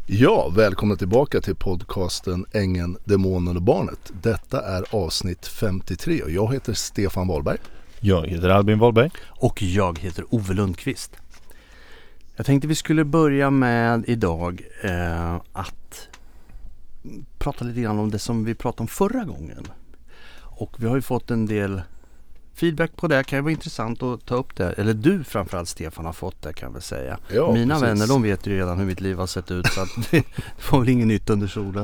Ja, välkomna tillbaka till podcasten Ängeln, Demonen och Barnet. Detta är avsnitt 53 och jag heter Stefan Wahlberg. Jag heter Albin Wahlberg. Och jag heter Ove Lundqvist. Jag tänkte vi skulle börja med idag att prata lite grann om det som vi pratade om förra gången. Och vi har ju fått en del feedback på det. Kan ju vara intressant att ta upp det. Eller du framförallt, Stefan, har fått det, kan jag väl säga. Ja, mina precis. vänner, de vet ju redan hur mitt liv har sett ut. Så att det var väl inget nytt under solen.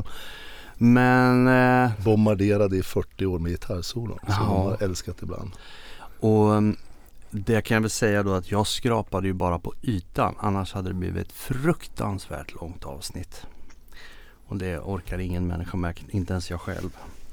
Men Bombarderade i 40 år med gitarrsolon som Ja. de har älskat ibland. och det kan jag väl säga då att jag skrapade ju bara på ytan. Annars hade det blivit ett fruktansvärt långt avsnitt. Och det orkar ingen människa med, inte ens jag själv.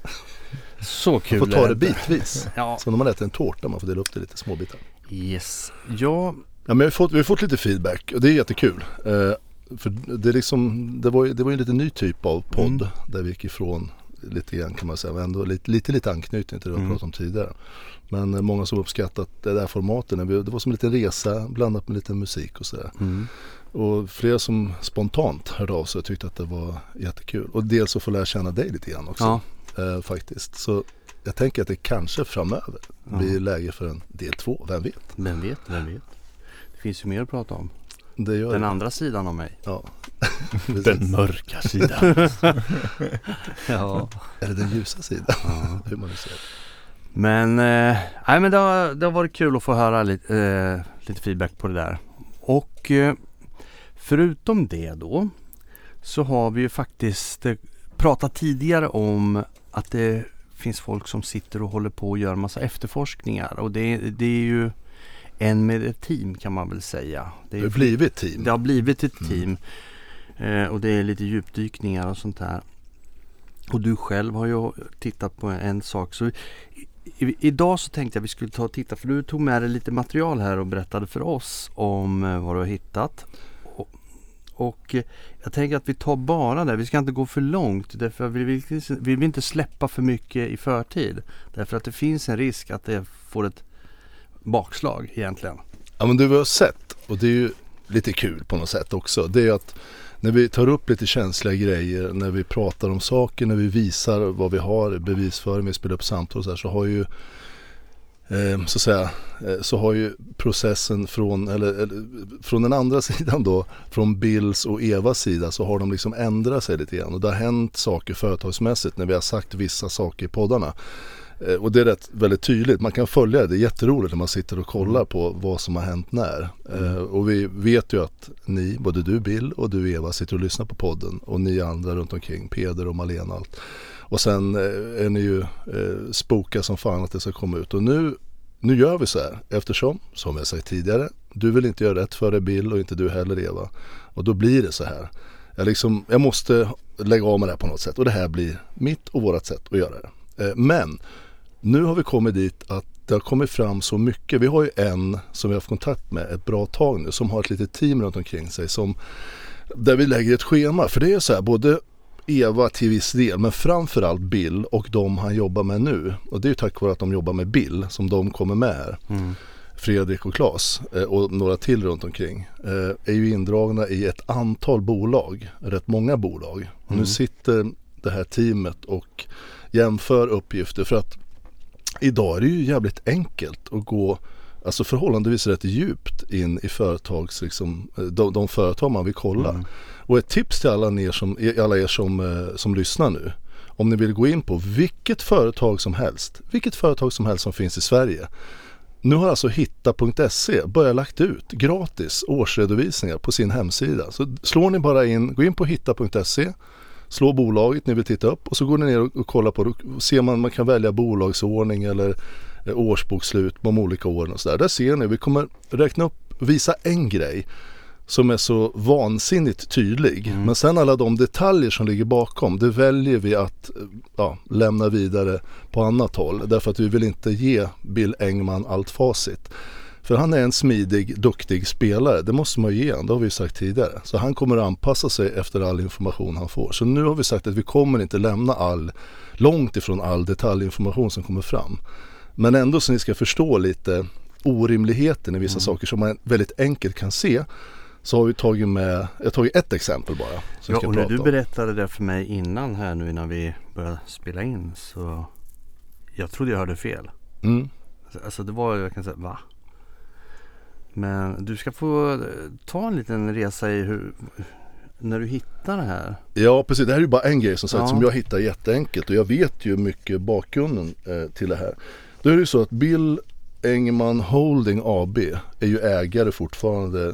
Så kul. Man får ta är det bitvis. Ja. Som när man äter en tårta, man får dela upp det i lite små bitar. Yes. Ja. Ja, men vi har fått lite feedback och det är jättekul. För det är liksom, det var ju en lite ny typ av podd där vi gick ifrån lite grann, kan man säga, men ändå lite anknytning till det vi pratade om tidigare. Men många som uppskattat det där formaten, det var som en liten resa blandat med lite musik och sådär. Och flera som spontant hörde av sig och tyckte att det var jättekul. Och dels att få lära känna dig lite grann också, faktiskt. Så jag tänker att det kanske framöver blir läge för en del 2, vem vet? Vem vet. Det finns ju mer att prata om. Det gör Den det. andra sidan av mig. Ja. Den mörka sidan. Ja. Eller den ljusa sidan. Hur man nu ser det. Men, men det har varit kul att få höra lite feedback på det där. Och förutom det då så har vi ju faktiskt pratat tidigare om att det finns folk som sitter och håller på och gör massa efterforskningar. Och det är ju en med ett team, kan man väl säga. Det har blivit team. Det har blivit ett team. Och det är lite djupdykningar och sånt där. Och du själv har ju tittat på en sak. Så idag så tänkte jag vi skulle ta och titta. För du tog med dig lite material här och berättade för oss om vad du har hittat. Och jag tänker att vi tar bara det. Vi ska inte gå för långt. Därför vi vill inte släppa för mycket i förtid. Därför att det finns en risk att det får ett bakslag egentligen. Ja, men det vi har sett, och det är ju lite kul på något sätt också, det är att när vi tar upp lite känsliga grejer, när vi pratar om saker, när vi visar vad vi har, bevisföring, vi spelar upp samtal och så har ju så har ju processen från den andra sidan då, från Bills och Evas sida, så har de liksom ändrat sig lite grann och det har hänt saker företagsmässigt när vi har sagt vissa saker i poddarna. Och det är väldigt tydligt, man kan följa det, det är jätteroligt när man sitter och kollar på vad som har hänt när. Och vi vet ju att ni, både du Bill och du Eva, sitter och lyssnar på podden och ni andra runt omkring, Peder och Malena och allt. Och sen är ni ju spoka som fan att det ska komma ut. Och nu gör vi så här, eftersom, som jag sagt tidigare, du vill inte göra rätt för dig Bill och inte du heller Eva. Och då blir det så här. Jag måste lägga av med det här på något sätt och det här blir mitt och vårat sätt att göra det. Men nu har vi kommit dit att det har kommit fram så mycket. Vi har ju en som vi har haft kontakt med ett bra tag nu som har ett litet team runt omkring sig där vi lägger ett schema. För det är så här, både Eva till viss del, men framförallt Bill och de han jobbar med nu. Och det är ju tack vare att de jobbar med Bill som de kommer med här. Fredrik och Claes och några till runt omkring är ju indragna i ett antal bolag, rätt många bolag. Och nu sitter det här teamet och jämför uppgifter, för att idag är det ju jävligt enkelt att gå förhållandevis rätt djupt in i företags, de företag man vill kolla. Och ett tips till alla er som lyssnar nu, om ni vill gå in på vilket företag som helst som finns i Sverige. Nu har alltså hitta.se börjat lagt ut gratis årsredovisningar på sin hemsida. Så slår ni bara gå in på hitta.se, slå bolaget ni vill titta upp och så går ni ner och kollar på det och ser man kan välja bolagsordning eller årsbokslut på de olika åren och så där. Där ser ni, vi kommer räkna upp, visa en grej som är så vansinnigt tydlig. Men sen alla de detaljer som ligger bakom, det väljer vi att lämna vidare på annat håll. Därför att vi vill inte ge Bill Engman allt facit. För han är en smidig, duktig spelare. Det måste man ju ge, det har vi sagt tidigare. Så han kommer att anpassa sig efter all information han får. Så nu har vi sagt att vi kommer inte lämna långt ifrån all detaljinformation som kommer fram. Men ändå så ni ska förstå lite orimligheten i vissa saker som man väldigt enkelt kan se. så har vi jag har tagit ett exempel bara. Ja, och när du berättade det för mig innan här nu innan vi började spela in, så jag trodde jag hörde fel. Alltså det var, jag kan säga, va? Men du ska få ta en liten resa i när du hittar det här. Ja, precis. Det här är ju bara en grej som sagt som jag hittar jätteenkelt, och jag vet ju mycket bakgrunden till det här. Då är det ju så att Bill Engman Holding AB är ju ägare fortfarande.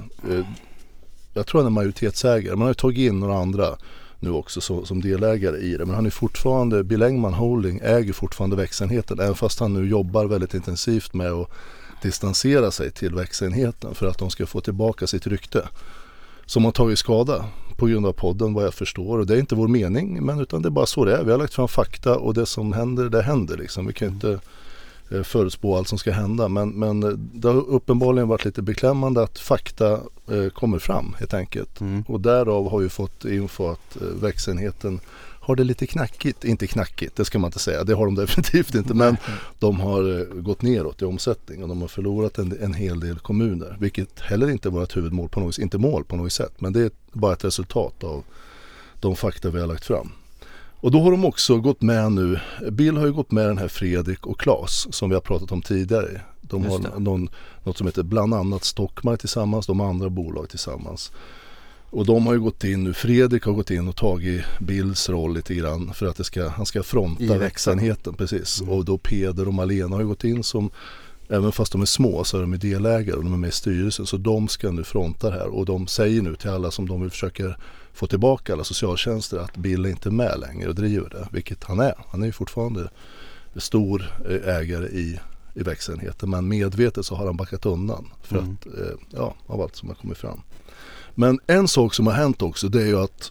Jag tror han är majoritetsägare. Man har ju tagit in några andra nu också som delägare i det. Men han är fortfarande, Bill Engman Holding äger fortfarande växenheten, även fast han nu jobbar väldigt intensivt med att distansera sig till växenheten för att de ska få tillbaka sitt rykte. Som har tagit skada på grund av podden, vad jag förstår. Och det är inte vår mening, men utan det är bara så det är. Vi har lagt fram fakta, och det som händer, det händer liksom. Vi kan inte förutspå allt som ska hända, men det har uppenbarligen varit lite beklämmande att fakta kommer fram helt enkelt. Och därav har vi fått info att växenheten har det lite knackigt. Inte knackigt, det ska man inte säga, det har de definitivt inte, men de har gått neråt i omsättning och de har förlorat en hel del kommuner, vilket heller inte var ett huvudmål på något, inte mål på något sätt, men det är bara ett resultat av de fakta vi har lagt fram. Och då har de också gått med nu, Bill har ju gått med den här Fredrik och Claes som vi har pratat om tidigare. De har något som heter bland annat Stockmark tillsammans, de andra bolag tillsammans. Och de har ju gått in nu, Fredrik har gått in och tagit Bills roll lite grann för att han ska fronta växenheten, precis. Och då Peder och Malena har ju gått in som, även fast de är små så är de delägare och de är med i styrelsen, så de ska nu fronta det här, och de säger nu till alla som de vill försöka få tillbaka, alla socialtjänster, att Bill är inte med längre och driver det, vilket han är. Han är ju fortfarande stor ägare i växenheten, men medvetet så har han backat undan för att, av allt som har kommit fram. Men en sak som har hänt också, det är ju att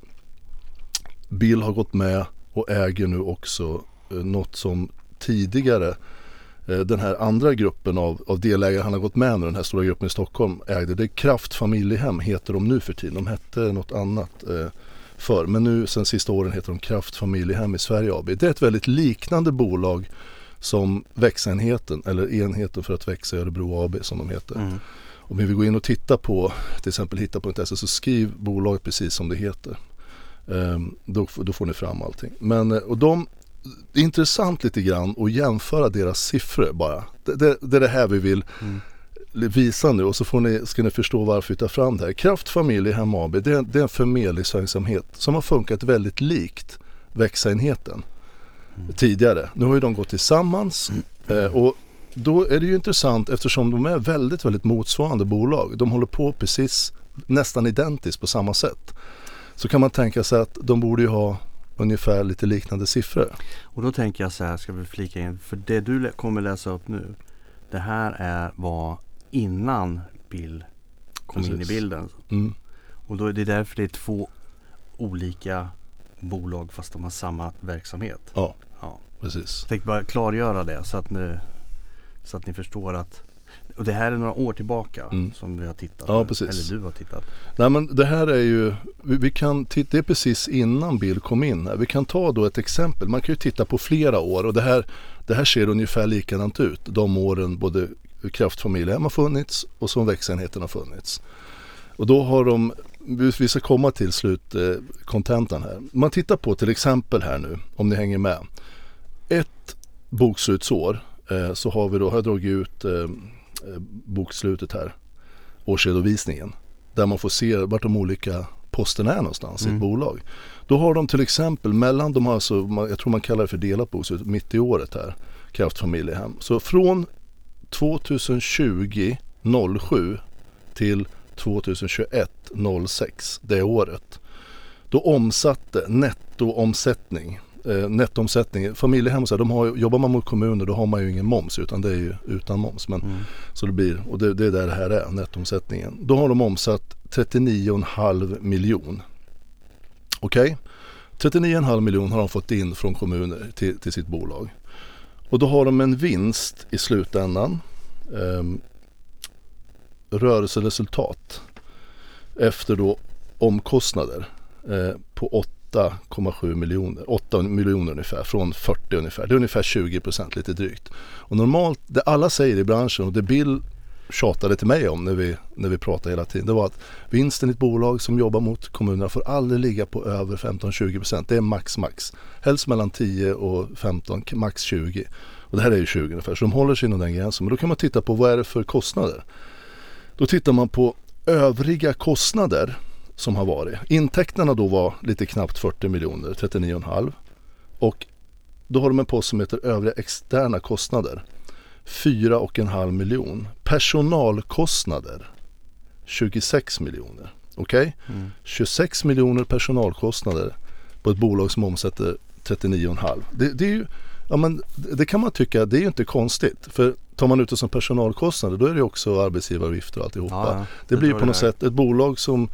Bill har gått med och äger nu också något som tidigare den här andra gruppen av delägare han har gått med nu, den här stora gruppen i Stockholm ägde. Det är Kraft Familjehem heter de nu för tiden. De hette något annat förr, men nu sen sista åren heter de Kraft Familjehem i Sverige AB. Det är ett väldigt liknande bolag som växenheten, eller enheten för att växa i Örebro AB som de heter. Om vi vill gå in och titta på, till exempel hitta.se, så skriv bolaget precis som det heter. Då får ni fram allting. Men, och det är intressant lite grann att jämföra deras siffror bara. Det är det här vi vill visa nu, och så ska ni förstå varför vi tar fram det här. Kraft Familjehem AB, det är en förmedlingsverksamhet som har funkat väldigt likt växenheten tidigare. Nu har ju de gått tillsammans och då är det ju intressant eftersom de är väldigt, väldigt motsvarande bolag. De håller på precis nästan identiskt på samma sätt. Så kan man tänka sig att de borde ju ha ungefär lite liknande siffror. Och då tänker jag så här, ska vi flika in, för det du kommer läsa upp nu, det här var innan Bill kom in i bilden. Och då är det därför det är två olika bolag fast de har samma verksamhet. Ja. Precis. Jag tänkte bara klargöra det så att ni förstår att, och det här är några år tillbaka som vi har tittat. Ja, precis. Eller du har tittat. Nej, men det här är ju, vi kan titta, det är precis innan Bill kom in här. Vi kan ta då ett exempel. Man kan ju titta på flera år, och det här ser ungefär likadant ut. De åren både Kraftfamiljen har funnits och som växenheten har funnits. Och då har vi ska komma till slutkontentan här. Man tittar på till exempel här nu, om ni hänger med. Ett bokslutsår så har jag dragit ut bokslutet här, årsredovisningen, där man får se vart de olika posterna är någonstans i ett bolag. Då har de till exempel mellan de har jag tror man kallar det för delat bokslut mitt i året här, Kraftfamiljehem. Så från 2020 07 till 2021 06, det året, då omsatte nettoomsättning, familjehem, så jobbar man mot kommuner, då har man ju ingen moms, utan det är ju utan moms, men så det blir, och det är där det här är, nettoomsättningen. Då har de omsatt 39,5 miljon. Okej? 39,5 miljon har de fått in från kommuner till sitt bolag. Och då har de en vinst i slutändan, rörelseresultat efter då omkostnader på 8,7 miljoner, 8 miljoner ungefär, från 40 ungefär. Det är ungefär 20%, lite drygt. Och normalt, det alla säger i branschen, och det Bill tjatade till mig om när vi pratade hela tiden. Det var att vinsten i ett bolag som jobbar mot kommunerna får aldrig ligga på över 15-20%. Det är max. Helst mellan 10 och 15, max 20. Och det här är ju 20 ungefär. Så de håller sig inom den gränsen. Men då kan man titta på vad är det för kostnader. Då tittar man på övriga kostnader som har varit. Intäkterna då var lite knappt 40 miljoner, 39,5. Och då har de en post som heter övriga externa kostnader. 4,5 miljon. Personalkostnader 26 miljoner. Okej? 26 miljoner personalkostnader på ett bolag som omsätter 39,5. Det är ju, ja, men det kan man tycka, det är ju inte konstigt. För tar man ut det som personalkostnader, då är det också arbetsgivaravgifter och alltihopa. Ja, det blir ju på något sätt ett bolag som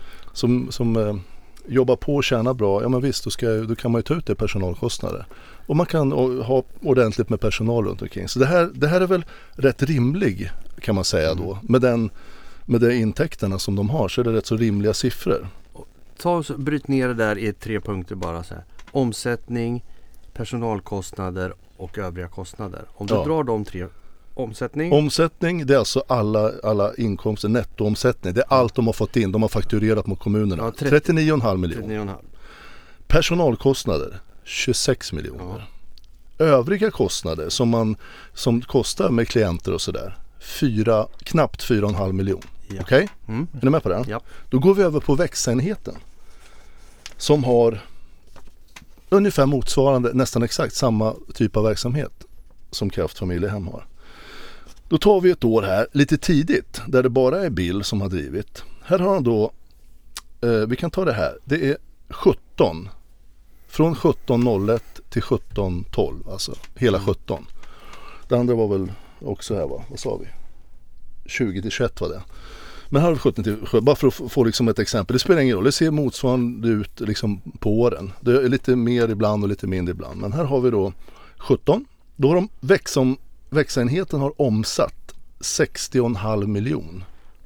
jobbar på och tjänar bra. Ja, men visst, då kan man ju ta ut det personalkostnader. Och man kan ha ordentligt med personal runt omkring. Så det här är väl rätt rimlig, kan man säga då. Med de intäkterna som de har, så är det rätt så rimliga siffror. Bryt ner det där i 3 punkter bara så här. Omsättning, personalkostnader och övriga kostnader. Om du drar de 3. Omsättning, det är alltså alla inkomster, nettoomsättning. Det är allt de har fått in. De har fakturerat mot kommunerna. 39,5 miljoner. Personalkostnader 26 miljoner. Ja. Övriga kostnader som kostar med klienter och sådär, knappt 4,5 miljoner. Ja. Okej? Är ni med på det? Ja. Då går vi över på växenheten som har ungefär motsvarande, nästan exakt samma typ av verksamhet som Kraftfamiljehem har. Då tar vi ett år här lite tidigt där det bara är Bill som har drivit. Här har han då, vi kan ta det här, det är 17. Från 17.01 till 17.12, alltså hela 17. Det andra var väl också här, vad sa vi? 20 till 21 var det. Men här har vi 17 till 17, bara för att få liksom ett exempel. Det spelar ingen roll, det ser motsvarande ut liksom på åren. Det är lite mer ibland och lite mindre ibland. Men här har vi då 17. Då har växenheten har omsatt 60,5 miljoner.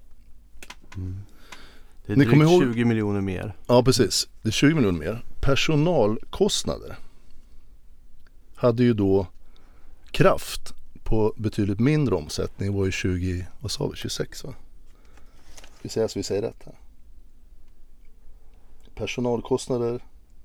Det är drygt 20 miljoner mer. Ja, precis. Det är 20 miljoner mer. Personalkostnader hade ju då Kraft på betydligt mindre omsättning. Det var ju 26 va? Vi säger rätt här. Personalkostnader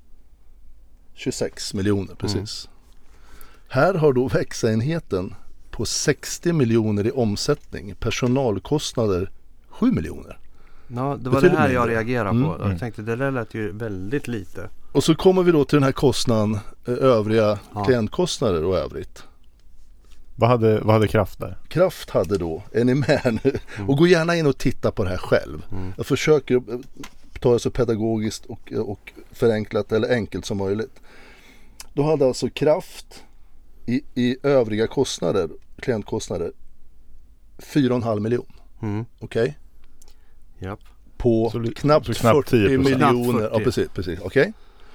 26 miljoner, precis. Här har då växenheten på 60 miljoner i omsättning. Personalkostnader 7 miljoner. Ja, det var det här jag reagerade på. Jag tänkte det där lät ju väldigt lite. Och så kommer vi då till den här kostnaden, övriga klientkostnader och övrigt. Vad hade Kraft där? Kraft hade då, är ni med nu? Och gå gärna in och titta på det här själv. Jag försöker ta det så pedagogiskt och förenklat eller enkelt som möjligt. Då hade alltså Kraft i övriga kostnader, klientkostnader 4,5 miljoner. Okej? Japp. På knappt 40 miljoner. Ja, precis. Okej?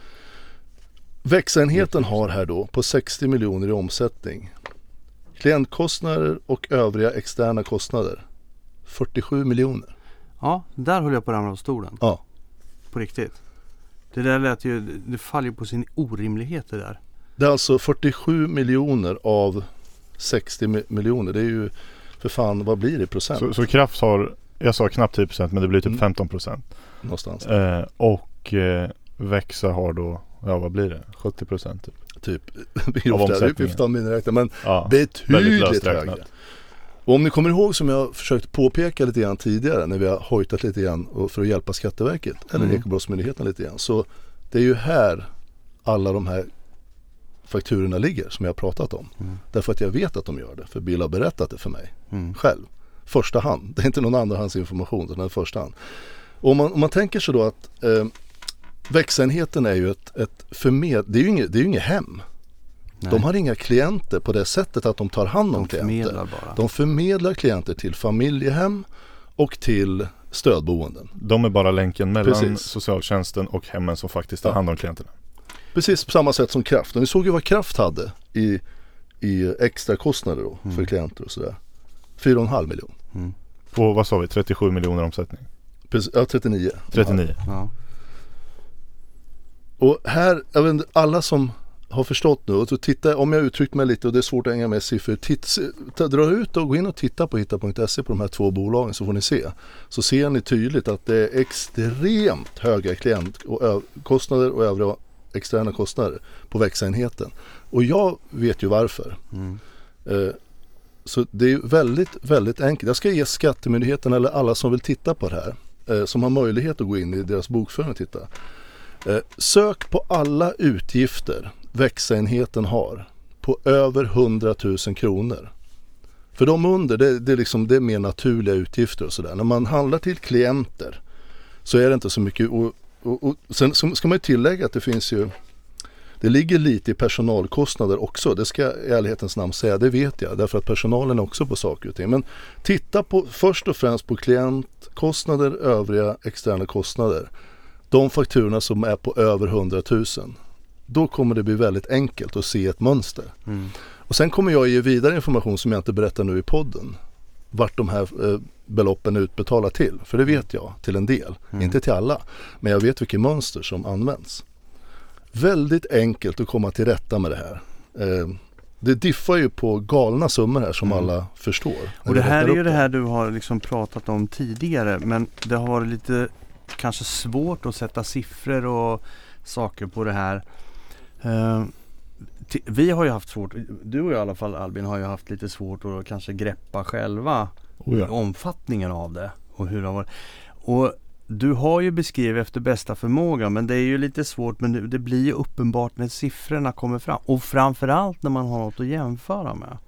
Växenheten har här då på 60 miljoner i omsättning. Klientkostnader och övriga externa kostnader 47 miljoner. Ja, där höll jag på att ramla av stolen. Ja. På riktigt. Det där lät ju, det faller på sin orimlighet det där. Det är alltså 47 miljoner av 60 miljoner. Det är ju för fan, vad blir det i procent? Så Kraft har, jag sa knappt 10%, men det blir typ 15%. Någonstans. Och Växa har då, vad blir det? 70% typ. Vi ofta uppgifter min räkna, men betydligt högre. Och om ni kommer ihåg som jag försökt påpeka lite grann tidigare när vi har hojtat lite grann för att hjälpa Skatteverket eller Ekobrottsmyndigheten lite grann, så det är ju här alla de här fakturorna ligger som jag har pratat om. Därför att jag vet att de gör det, för Bill har berättat det för mig själv. Första hand, det är inte någon andrahandsinformation utan det är första hand. Och om man tänker sig då att växenheten är ju det är ju inget hem. Nej. De har inga klienter på det sättet att de tar hand om klienter. De förmedlar klienter till familjehem och till stödboenden. De är bara länken mellan socialtjänsten och hemmen som faktiskt tar hand om klienterna. Precis på samma sätt som Kraft. Och vi såg ju vad Kraft hade i extra kostnader då för klienter och sådär. 4,5 miljoner. På vad sa vi? 37 miljoner omsättning? Precis, ja, 39. Ja. Och här, jag vet inte, har förstått nu, och så titta, om jag uttryckt mig lite och det är svårt att hänga med siffror, dra ut och gå in och titta på hitta.se på de här 2 bolagen, så får ni se. Så ser ni tydligt att det är extremt höga klientkostnader och övriga externa kostnader på växa-enheten. Och jag vet ju varför. Så det är väldigt, väldigt enkelt. Jag ska ge Skattemyndigheten eller alla som vill titta på det här, som har möjlighet att gå in i deras bokföring och titta. Sök på alla utgifter växa-enheten har på över 100 000 kronor. För de under, det är mer naturliga utgifter och sådär. När man handlar till klienter så är det inte så mycket. Och sen ska man ju tillägga att det ligger lite i personalkostnader också. Det ska i ärlighetens namn säga, det vet jag. Därför att personalen är också på saker och ting. Men titta först och främst på klientkostnader, övriga externa kostnader. De fakturorna som är på över 100 000. Då kommer det bli väldigt enkelt att se ett mönster. Och sen kommer jag ge vidare information som jag inte berättar nu i podden. Vart de här beloppen är utbetalda till. För det vet jag till en del. Inte till alla. Men jag vet vilka mönster som används. Väldigt enkelt att komma till rätta med det här. Det diffar ju på galna summor här som alla förstår. Och det här är ju det här du har liksom pratat om tidigare. Men det har varit lite kanske svårt att sätta siffror och saker på det här. Vi har ju haft svårt, du och jag i alla fall Albin, har ju haft lite svårt att kanske greppa själva omfattningen av det och hur det har varit. Och du har ju beskrivit efter bästa förmåga, men det är ju lite svårt, men det blir ju uppenbart när siffrorna kommer fram och framförallt när man har något att jämföra med.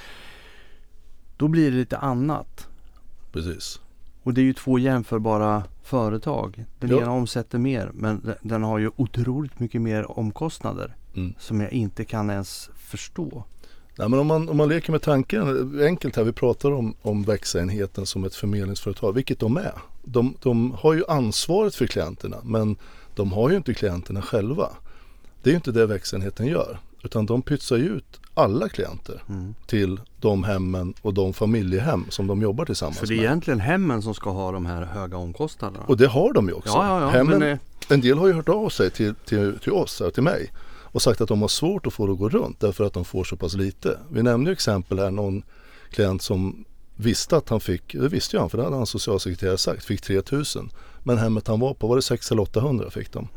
Då blir det lite annat. Precis. Och det är ju 2 jämförbara företag. Den ena omsätter mer, men den har ju otroligt mycket mer omkostnader som jag inte kan ens förstå. Nej, men om man leker med tanken, enkelt här, vi pratar om växa-enheten som ett förmedlingsföretag, vilket de är. De har ju ansvaret för klienterna, men de har ju inte klienterna själva. Det är ju inte det växa-enheten gör, utan de pytsar ju ut alla klienter till de hemmen och de familjehem som de jobbar tillsammans med. Så det är egentligen hemmen som ska ha de här höga omkostnaderna? Och det har de ju också. Ja, hemmen, en del har ju hört av sig till oss, till mig, och sagt att de har svårt att få det att gå runt därför att de får så pass lite. Vi nämnde ju exempel här, någon klient som visste att han fick, det visste ju han för det hade hans socialsekreterare sagt, fick 3 000. Men hemmet han var på var det 600 eller 800 fick de.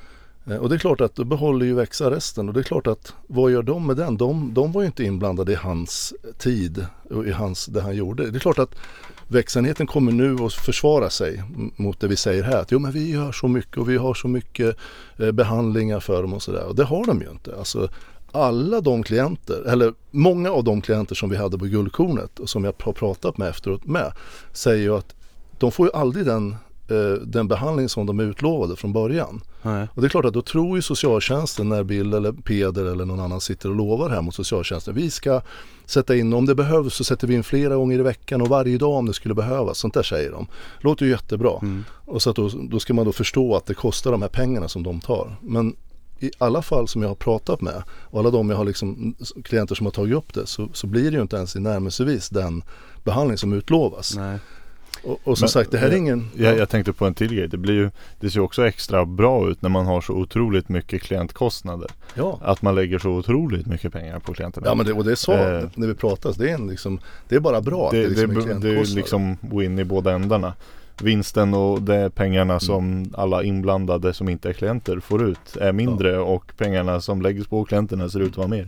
Och det är klart att då behåller ju växa resten, och det är klart att vad gör de med den? De var ju inte inblandade i hans tid och i det han gjorde. Det är klart att växenheten kommer nu att försvara sig mot det vi säger här. Att men vi gör så mycket och vi har så mycket behandlingar för dem och sådär. Och det har de ju inte. Alltså alla de klienter, eller många av de klienter som vi hade på Guldkornet och som jag har pratat med efteråt med, säger ju att de får ju aldrig den behandling som de är utlovade från början. Nej. Och det är klart att då tror ju socialtjänsten, när Bill eller Peder eller någon annan sitter och lovar här mot socialtjänsten, vi ska sätta in, om det behövs så sätter vi in flera gånger i veckan och varje dag om det skulle behövas, sånt där säger de. Låter ju jättebra. Och så att då ska man då förstå att det kostar de här pengarna som de tar. Men i alla fall som jag har pratat med och alla de jag har liksom klienter som har tagit upp det, så blir det ju inte ens i närmelsevis den behandling som utlovas. Nej. Och som sagt, det här är ingen... Jag tänkte på en till grej. Det ser också extra bra ut när man har så otroligt mycket klientkostnader. Ja. Att man lägger så otroligt mycket pengar på klienterna. Ja, men det sa när vi pratas. Det är bara bra att det är liksom win i båda ändarna. Vinsten och det pengarna som alla inblandade som inte är klienter får ut är mindre och pengarna som läggs på klienterna ser ut att vara mer.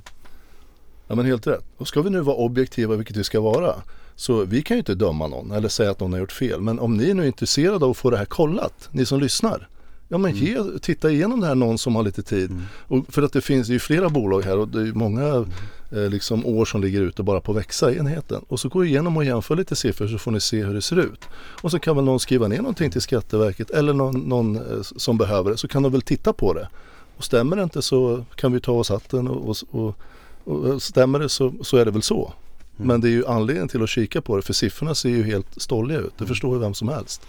Ja, men helt rätt. Och ska vi nu vara objektiva, vilket vi ska vara, så vi kan ju inte döma någon eller säga att någon har gjort fel. Men om ni är nu intresserade av att få det här kollat, ni som lyssnar, ja men titta igenom det här någon som har lite tid. Och för att det finns ju flera bolag här och det är många liksom år som ligger ute bara på växa-enheten. Och så går igenom och jämför lite siffror så får ni se hur det ser ut. Och så kan väl någon skriva ner någonting till Skatteverket eller någon som behöver det, så kan de väl titta på det. Och stämmer det inte så kan vi ta oss hatten och stämmer det så är det väl så. Men det är ju anledningen till att kika på det, för siffrorna ser ju helt stolliga ut. Det förstår ju vem som helst.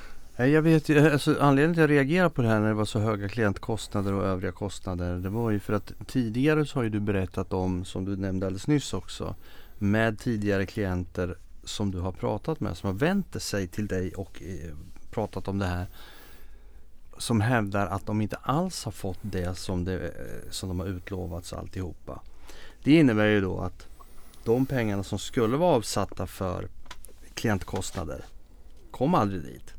Jag vet ju, alltså, anledningen till att jag reagerade på det här när det var så höga klientkostnader och övriga kostnader, det var ju för att tidigare så har ju du berättat om, som du nämnde alldeles nyss också, med tidigare klienter som du har pratat med, som har vänt sig till dig och pratat om det här, som hävdar att de inte alls har fått det som de har utlovats alltihopa. Det innebär ju då att de pengarna som skulle vara avsatta för klientkostnader kom aldrig dit.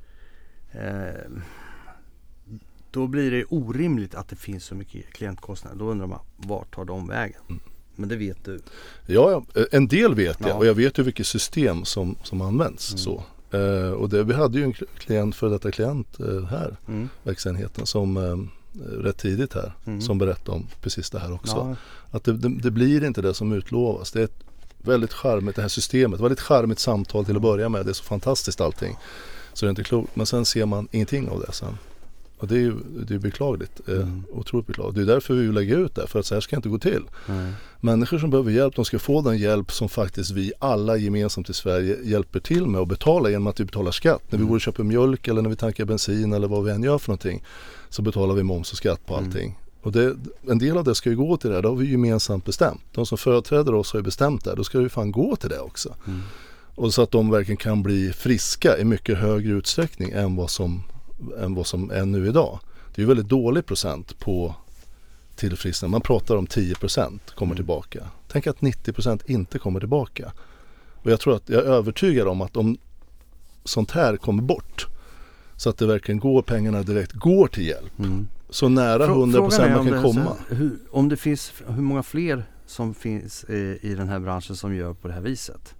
Då blir det orimligt att det finns så mycket klientkostnader. Då undrar man, vart tar de vägen? Men det vet du. Ja, en del vet jag. Och jag vet ju vilket system som används. Så. Och vi hade ju en för detta klient här, verksamheten, som rätt tidigt här, som berättade om precis det här också. Ja. Att det blir inte det som utlovas. Det är ett väldigt charmigt, det här systemet. Väldigt charmigt samtal till att börja med. Det är så fantastiskt allting. Så det är inte klokt. Men sen ser man ingenting av det sen. Och det är beklagligt. Otroligt beklagligt. Det är därför vi vill lägga ut det. För att så här ska inte gå till. Människor som behöver hjälp, de ska få den hjälp som faktiskt vi alla gemensamt i Sverige hjälper till med och betala genom att vi betalar skatt. När vi går och köper mjölk eller när vi tankar bensin eller vad vi än gör för någonting, så betalar vi moms och skatt på allting. Och en del av det ska ju gå till det. Det har vi gemensamt bestämt. De som företräder oss har ju bestämt det. Då ska det ju fan gå till det också. Och så att de verkligen kan bli friska i mycket högre utsträckning än vad som är nu idag. Det är ju väldigt dålig procent på tillfrisknande. Man pratar om 10% kommer tillbaka. Tänk att 90% inte kommer tillbaka. Och jag är övertygad om att om sånt här kommer bort, så att det verkligen pengarna direkt går till hjälp. Så nära 100% man kan komma. Om det finns, hur många fler som finns i den här branschen som gör på det här viset?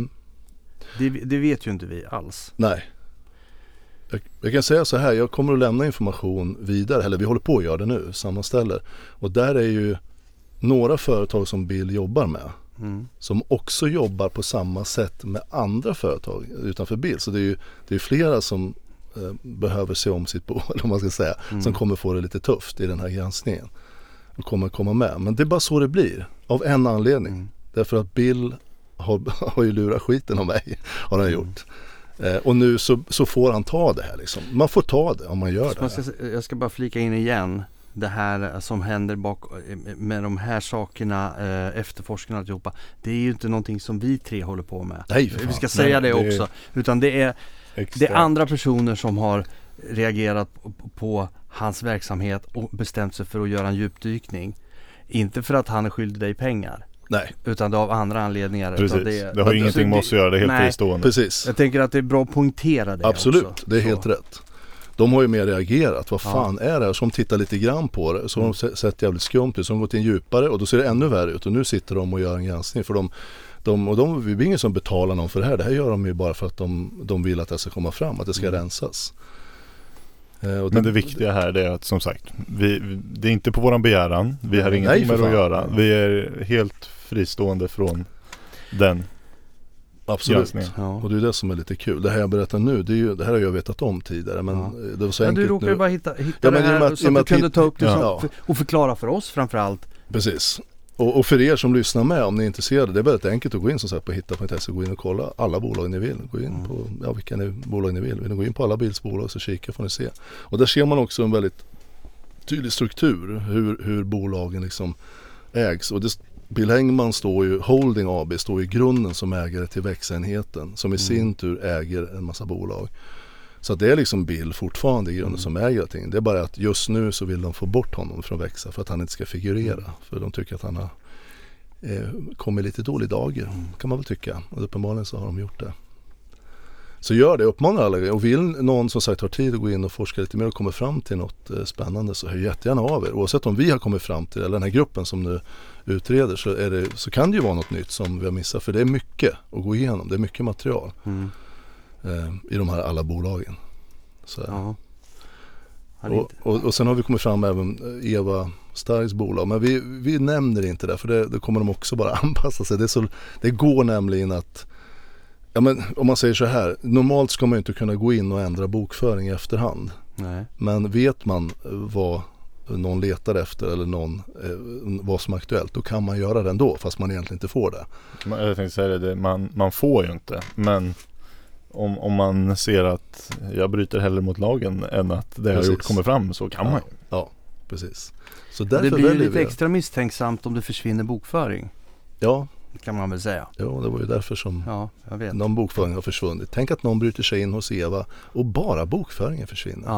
Det vet ju inte vi alls. Nej. Jag kan säga så här, jag kommer att lämna information vidare, eller vi håller på att göra det nu, sammanställer. Och där är ju några företag som Bill jobbar med, som också jobbar på samma sätt med andra företag utanför Bill. Så det är flera som behöver se om sitt bo, eller vad man ska säga, som kommer få det lite tufft i den här granskningen och kommer komma med. Men det är bara så det blir, av en anledning. Därför att Bill har ju lurat skiten av mig, har han gjort. Och nu så får han ta det här liksom. Man får ta det om man gör det. Jag ska bara flika in igen. Det här som händer med de här sakerna, efterforskningen och alltihopa. Det är ju inte någonting som vi tre håller på med. Nej, vi ska säga det också. Utan det är andra personer som har reagerat på hans verksamhet och bestämt sig för att göra en djupdykning. Inte för att han är skyldig dig pengar. Nej. Utan det av andra anledningar. Precis. Det har ingenting med oss att göra, det är helt fristående. Precis. Jag tänker att det är bra att poängtera det. Absolut, också. Det är helt rätt. De har ju mer reagerat. Vad fan är det här? Som tittar lite grann på det. Så har de sett jävligt skumt ut. Så de har gått in djupare och då ser det ännu värre ut. Och nu sitter de och gör en granskning. För vi blir ingen som betalar någon för det här. Det här gör de ju bara för att de vill att det ska komma fram. Att det ska rensas. Men det viktiga här är att, som sagt, det är inte på våran begäran. Vi har ingenting med att göra. Vi är helt fristående från den. Absolut. Och det är det som är lite kul. Det här jag berättar nu, det här har jag vetat om tidigare. Men det var så enkelt. Du råkade bara hitta det här så att du kunde ta upp det och förklara för oss framförallt. Precis. Och för er som lyssnar med, om ni är intresserade, det är väldigt enkelt att gå in som sagt på hitta.se, gå in och kolla alla bolag ni vill. Gå in på vilka bolag ni vill. Gå in på alla bilsbolag så kika får ni se. Och där ser man också en väldigt tydlig struktur hur bolagen liksom ägs. Och Bill Engman Holding AB står i grunden som ägare till växenheten som i sin tur äger en massa bolag. Så det är liksom Bill fortfarande i grunden som äger allting. Det är bara att just nu så vill de få bort honom från växa för att han inte ska figurera. För de tycker att han har kommit lite dålig dagar, kan man väl tycka. Och uppenbarligen så har de gjort det. Så gör det, uppmanar alla. Och vill någon som sagt har tid att gå in och forska lite mer och komma fram till något spännande, så hör jättegärna av er. Oavsett om vi har kommit fram till, eller den här gruppen som nu utreder, så kan det ju vara något nytt som vi har missat. För det är mycket att gå igenom, det är mycket material i de här alla bolagen. Så. Och sen har vi kommit fram även Eva Starks bolag. Men vi nämner inte det, för det kommer de också bara anpassa sig. Det går nämligen att, men om man säger så här, normalt ska man inte kunna gå in och ändra bokföring i efterhand. Nej. Men vet man vad någon letar efter eller vad som är aktuellt, då kan man göra det ändå, fast man egentligen inte får det. Jag tänkte säga det, man får ju inte, men om man ser att jag bryter hellre mot lagen än att det jag har gjort kommer fram, så kan man ju. Ja, precis. Så det blir lite extra misstänksamt om det försvinner bokföring. Ja. Det kan man väl säga. Ja, det var ju därför som någon bokföring har försvunnit. Tänk att någon bryter sig in hos Eva och bara bokföringen försvinner. Ja.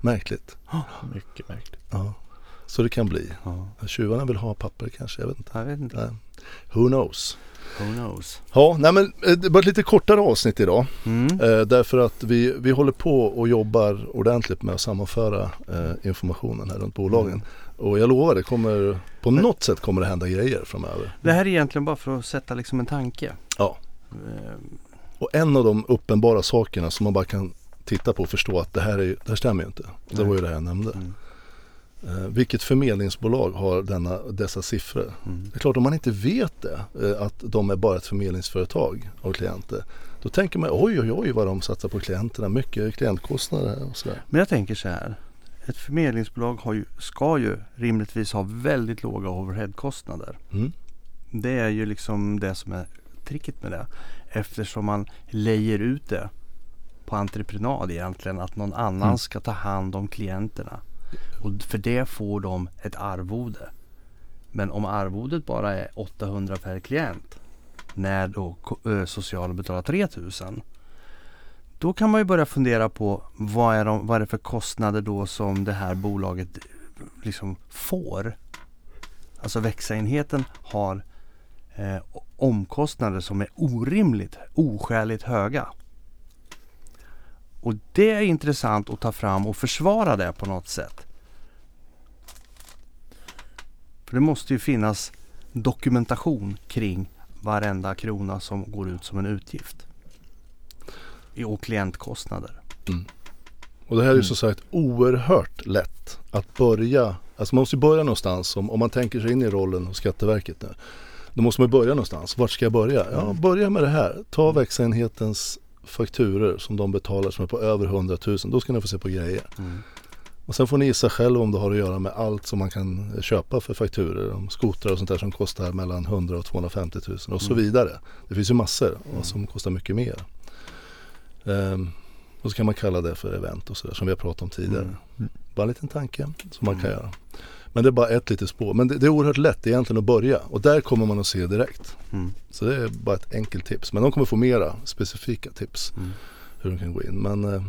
Märkligt. Mycket märkligt. Ja. Så det kan bli. Tjuvarna vill ha papper kanske, jag vet inte. Nej. Who knows? Ja, nej men det var ett lite kortare avsnitt idag. Därför att vi håller på och jobbar ordentligt med att sammanföra informationen här runt bolagen. Och jag lovar, det kommer på något sätt kommer det hända grejer framöver. Det här är egentligen bara för att sätta liksom en tanke. Ja. Och en av de uppenbara sakerna som man bara kan titta på och förstå att det här stämmer ju inte. Det var ju det jag nämnde. Vilket förmedlingsbolag har dessa siffror? Det är klart, om man inte vet det, att de är bara ett förmedlingsföretag av klienter, då tänker man oj vad de satsar på klienterna, mycket klientkostnader och sådär. Men jag tänker så här, ett förmedlingsbolag ska ju rimligtvis ha väldigt låga overheadkostnader. Det är ju liksom det som är tricket med det, eftersom man lejer ut det på entreprenad egentligen, att någon annan ska ta hand om klienterna. Och för det får de ett arvode. Men om arvodet bara är 800 per klient, när då socialen betalar 3000, då kan man ju börja fundera på vad är det för kostnader då som det här bolaget liksom får. Alltså växaenheten har omkostnader som är oskäligt höga. Och det är intressant att ta fram och försvara det på något sätt. För det måste ju finnas dokumentation kring varenda krona som går ut som en utgift. Och klientkostnader. Och det här är ju så sagt oerhört lätt att börja. Alltså man måste börja någonstans. Om man tänker sig in i rollen hos Skatteverket nu. Då måste man börja någonstans. Vart ska jag börja? Ja, börja med det här. Ta växenhetens fakturer som de betalar som är på över 100 000. Då ska ni få se på grejer. Och sen får ni gissa själv om det har att göra med allt som man kan köpa för fakturer. Om skotrar och sånt där som kostar mellan 100 och 250 000 och så vidare. Det finns ju massor som kostar mycket mer. Och så kan man kalla det för event och sådär som vi har pratat om tidigare. Bara en liten tanke som man kan göra. Men det är bara ett litet spår. Men det är oerhört lätt egentligen att börja. Och där kommer man att se direkt. Så det är bara ett enkelt tips. Men de kommer få mera specifika tips. Hur de kan gå in. Men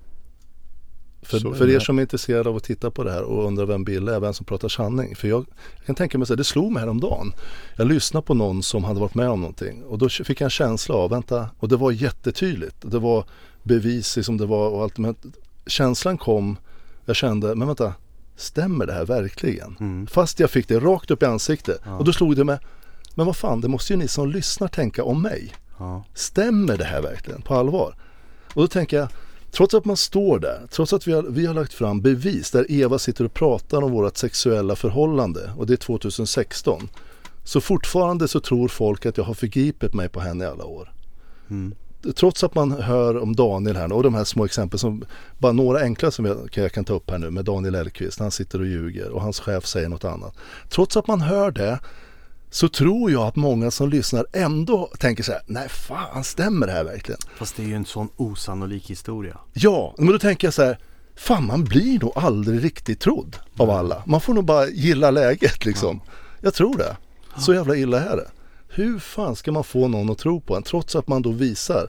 för er som är intresserade av att titta på det här och undrar vem Bill är, vem som pratar sanning. För jag kan tänka mig så här, det slog mig häromdagen. Jag lyssnade på någon som hade varit med om någonting. Och då fick jag en känsla av, och det var jättetydligt. Det var bevis som det var och allt. Men känslan kom, jag kände, men vänta, stämmer det här verkligen? Fast jag fick det rakt upp i ansiktet. Och då slog det med, men vad fan, det måste ju ni som lyssnar tänka om mig. Stämmer det här verkligen på allvar? Och då tänker jag, trots att man står där, trots att vi har lagt fram bevis där Eva sitter och pratar om vårt sexuella förhållande, och det är 2016, så fortfarande så tror folk att jag har förgripit mig på henne i alla år. Trots att man hör om Daniel här och de här små exempel som bara några enkla som jag kan ta upp här nu med Daniel Elkvist, han sitter och ljuger och hans chef säger något annat. Trots att man hör det, så tror jag att många som lyssnar ändå tänker så här, nej fan, stämmer det här verkligen? Fast det är ju en sån osannolik historia. Ja, men då tänker jag så här, fan, man blir nog aldrig riktigt trodd av alla. Man får nog bara gilla läget liksom. Jag tror det. Så jävla illa är det. Hur fan ska man få någon att tro på en, trots att man då visar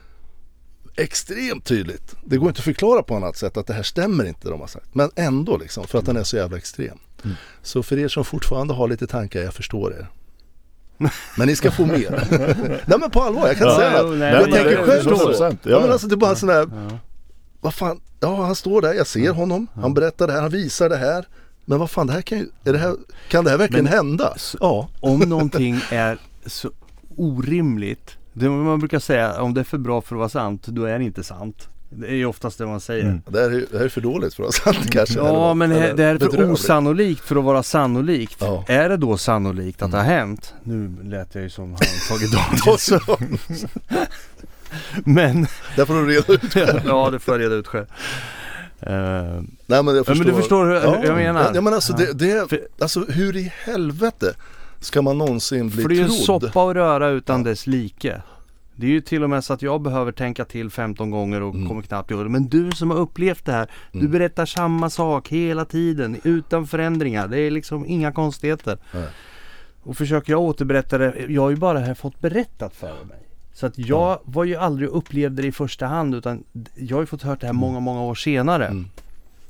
extremt tydligt. Det går inte att förklara på annat sätt att det här stämmer inte, de har sagt. Men ändå liksom, för att den är så jävla extrem. Så för er som fortfarande har lite tankar, jag förstår er. Men ni ska få mer. Nej, men på allvar, jag kan säga det. Jag tänker själv så. Ja, men alltså det är bara sån där, vad fan, ja, han står där, jag ser honom, han berättar det här, han visar det här. Men vad fan, det här kan det här verkligen hända? Ja. Om någonting är så orimligt, man brukar säga, om det är för bra för att vara sant, då är det inte sant. Det är ju oftast det man säger. Det här är för dåligt för att vara sant kanske. Ja, men det är för osannolikt för att vara sannolikt. Ja. Är det då sannolikt att det har hänt? Nu lät jag ju som han tagit Danielsson. Men där får du reda ut själv. Ja, det får jag reda ut själv. Nej, men jag förstår. Men du förstår hur jag menar. Ja, men alltså alltså hur i helvete ska man någonsin bli trodd? För det är ju en soppa och röra utan dess like. Det är ju till och med så att jag behöver tänka till 15 gånger och kommer knappt göra det. Men du som har upplevt det här, du berättar samma sak hela tiden utan förändringar. Det är liksom inga konstigheter. Och försöker jag återberätta det, jag har ju bara fått berättat för mig. Så att jag var ju aldrig upplevde det i första hand, utan jag har ju fått hört det här många år senare.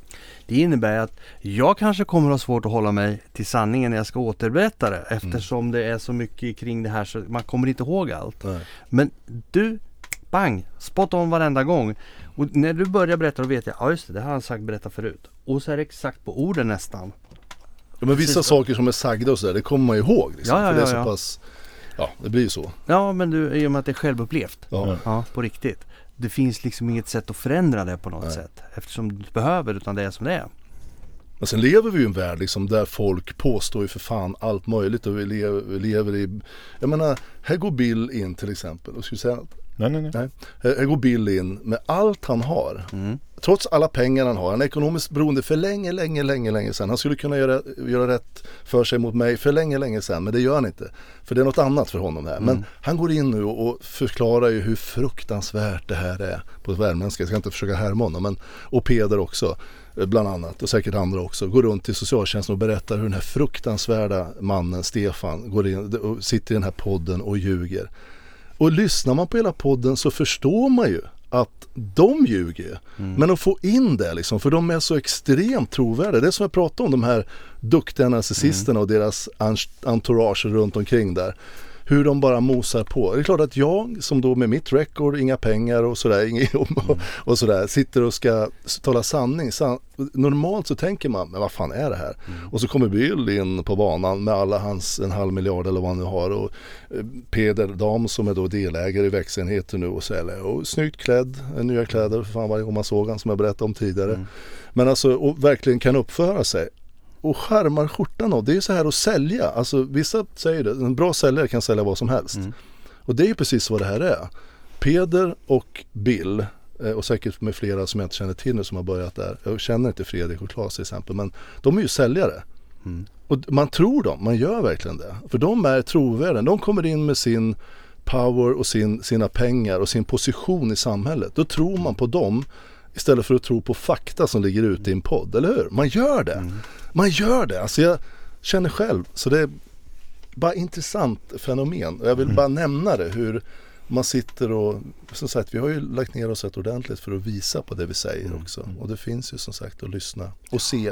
Det innebär att jag kanske kommer ha svårt att hålla mig till sanningen när jag ska återberätta det, eftersom det är så mycket kring det här så man kommer inte ihåg allt. Nej. Men du, bang, spot on varenda gång. Och när du börjar berätta då vet jag, ja just det har han sagt berätta förut. Och så är det exakt på orden nästan. Ja, men vissa saker som är sagda och sådär, det kommer man ihåg liksom, Ja, för det är så pass, ja det blir ju så. Ja, men du, i och med att det är självupplevt. Ja. På riktigt. Det finns liksom inget sätt att förändra det på något sätt. Eftersom du inte behöver, utan det är som det är. Men sen lever vi ju i en värld liksom, där folk påstår ju för fan allt möjligt. Och vi lever i, jag menar, här går Bill in till exempel. Och skulle säga, Nej. Här går Bill in med allt han har. Trots alla pengar han har. Han är ekonomiskt beroende för länge sedan. Han skulle kunna göra rätt för sig mot mig för länge sedan. Men det gör han inte. För det är något annat för honom här. Men han går in nu och förklarar ju hur fruktansvärt det här är på ett värmländska. Jag ska inte försöka härma honom. Men, och Peder också. Bland annat. Och säkert andra också. Går runt till socialtjänsten och berättar hur den här fruktansvärda mannen Stefan går in och sitter i den här podden och ljuger. Och lyssnar man på hela podden så förstår man ju att de ljuger. Men att få in det liksom, för de är så extremt trovärdiga. Det är som jag pratade om, de här duktiga narcissisterna och deras entourage runt omkring där. Hur de bara mosar på. Det är klart att jag som då med mitt record, inga pengar och sådär, inget jobb och sådär, sitter och ska tala sanning. Normalt så tänker man, men vad fan är det här? Och så kommer Bill in på banan med alla hans 500 miljoner eller vad han nu har, och Peder Dam som är då delägare i växenheten nu och säljer, och snyggt klädd, nya kläder för fan varje gång man såg han, som jag berättade om tidigare. Men alltså, och verkligen kan uppföra sig. Och skärmar skjortan av. Det är så här att sälja. Alltså vissa säger det. En bra säljare kan sälja vad som helst. Och det är ju precis vad det här är. Peder och Bill, och säkert med flera som jag inte känner till nu som har börjat där. Jag känner inte Fredrik och Claes till exempel. Men de är ju säljare. Och man tror dem. Man gör verkligen det. För de är trovärdiga. De kommer in med sin power och sina pengar och sin position i samhället. Då tror man på dem istället för att tro på fakta som ligger ute i en podd, eller hur? Man gör det. Man gör det. Alltså jag känner själv, så det är bara intressant fenomen. Och jag vill bara nämna det, hur man sitter och, som sagt, vi har ju lagt ner oss rätt ordentligt för att visa på det vi säger också. Och det finns ju som sagt att lyssna och se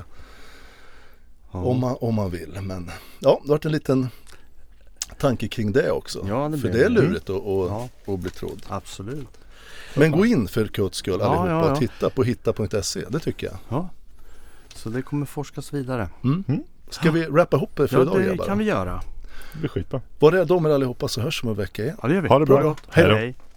om man vill. Men ja, det har varit en liten tanke kring det också. Ja, för det är lurigt att bli trodd. Absolut. Men gå in för Kurts skull allihopa och titta på hitta.se, det tycker jag. Ja, så det kommer forskas vidare. Ska vi rappa ihop det för idag? Ja, det kan vi göra. Det blir skitbra. Var rädda om er allihopa, så hörs om en vecka igen. Ja, det gör vi. Ha det bra. Hej då.